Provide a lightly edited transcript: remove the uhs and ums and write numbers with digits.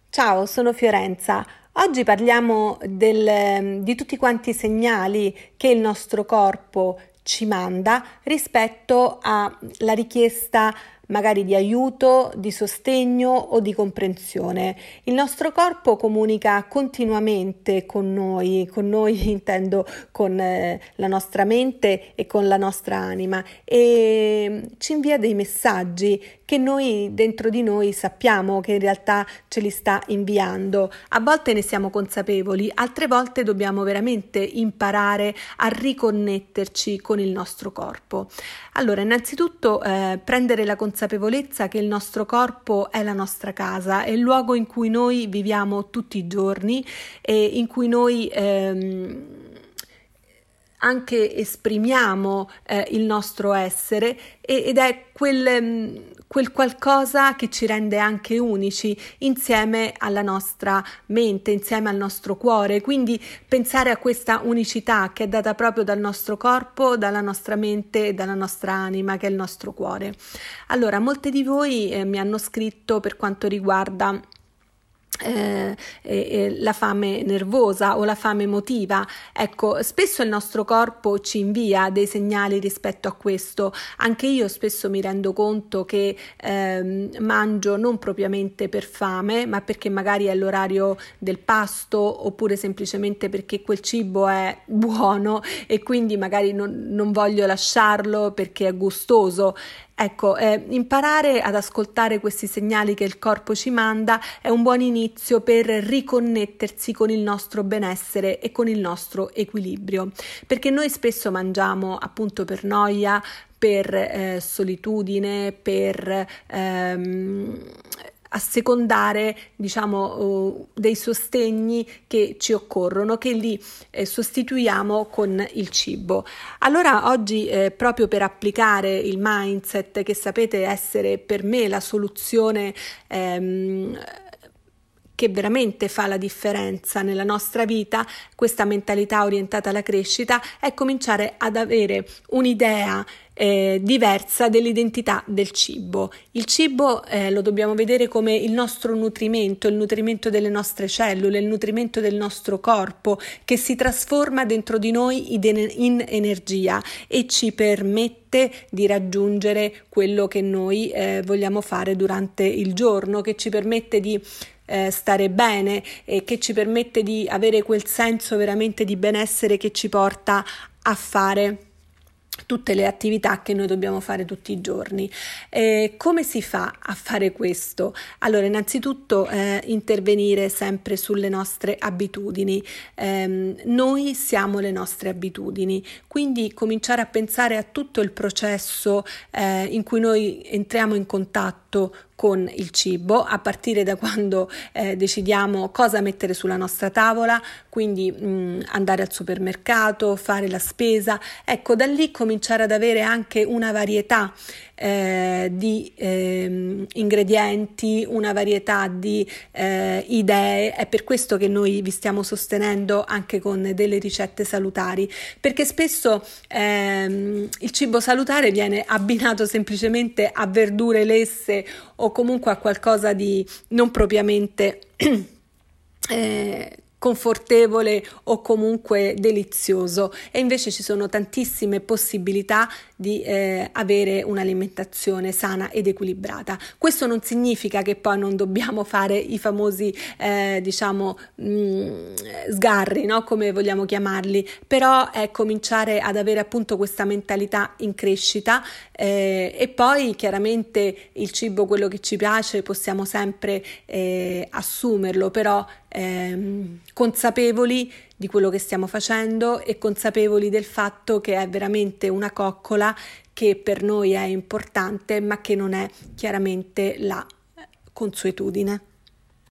Ciao, sono Fiorenza. Oggi parliamo di tutti quanti i segnali che il nostro corpo ci manda rispetto alla richiesta magari di aiuto, di sostegno o di comprensione. Il nostro corpo comunica continuamente con noi intendo con la nostra mente e con la nostra anima e ci invia dei messaggi che noi dentro di noi sappiamo che in realtà ce li sta inviando. A volte ne siamo consapevoli, altre volte dobbiamo veramente imparare a riconnetterci con il nostro corpo. Allora, innanzitutto prendere la consapevolezza che il nostro corpo è la nostra casa, è il luogo in cui noi viviamo tutti i giorni e in cui noi anche esprimiamo il nostro essere ed è quel qualcosa che ci rende anche unici insieme alla nostra mente, insieme al nostro cuore. Quindi pensare a questa unicità che è data proprio dal nostro corpo, dalla nostra mente e dalla nostra anima, che è il nostro cuore. Allora, molte di voi mi hanno scritto per quanto riguarda la fame nervosa o la fame emotiva. Ecco, spesso il nostro corpo ci invia dei segnali rispetto a questo. Anche io spesso mi rendo conto che mangio non propriamente per fame, ma perché magari è l'orario del pasto, oppure semplicemente perché quel cibo è buono e quindi magari non voglio lasciarlo perché è gustoso. Ecco, imparare ad ascoltare questi segnali che il corpo ci manda è un buon inizio per riconnettersi con il nostro benessere e con il nostro equilibrio, perché noi spesso mangiamo appunto per noia, per solitudine, per assecondare dei sostegni che ci occorrono, che li sostituiamo con il cibo. Allora oggi proprio per applicare il mindset, che sapete essere per me la soluzione che veramente fa la differenza nella nostra vita, questa mentalità orientata alla crescita, è cominciare ad avere un'idea diversa dell'identità del cibo. Il cibo lo dobbiamo vedere come il nostro nutrimento, il nutrimento delle nostre cellule, il nutrimento del nostro corpo, che si trasforma dentro di noi in energia e ci permette di raggiungere quello che noi vogliamo fare durante il giorno, che ci permette di stare bene e che ci permette di avere quel senso veramente di benessere che ci porta a fare tutte le attività che noi dobbiamo fare tutti i giorni. Come si fa a fare questo? Allora, innanzitutto intervenire sempre sulle nostre abitudini. Noi siamo le nostre abitudini, quindi cominciare a pensare a tutto il processo in cui noi entriamo in contatto con il cibo, a partire da quando decidiamo cosa mettere sulla nostra tavola, quindi andare al supermercato, fare la spesa. Ecco, da lì cominciare ad avere anche una varietà di ingredienti, una varietà di idee. È per questo che noi vi stiamo sostenendo anche con delle ricette salutari, perché spesso il cibo salutare viene abbinato semplicemente a verdure lesse o comunque a qualcosa di non propriamente confortevole o comunque delizioso, e invece ci sono tantissime possibilità di avere un'alimentazione sana ed equilibrata. Questo non significa che poi non dobbiamo fare i famosi sgarri, no? Come vogliamo chiamarli, però è cominciare ad avere appunto questa mentalità in crescita e poi chiaramente il cibo, quello che ci piace, possiamo sempre assumerlo, però consapevoli di quello che stiamo facendo e consapevoli del fatto che è veramente una coccola che per noi è importante, ma che non è chiaramente la consuetudine.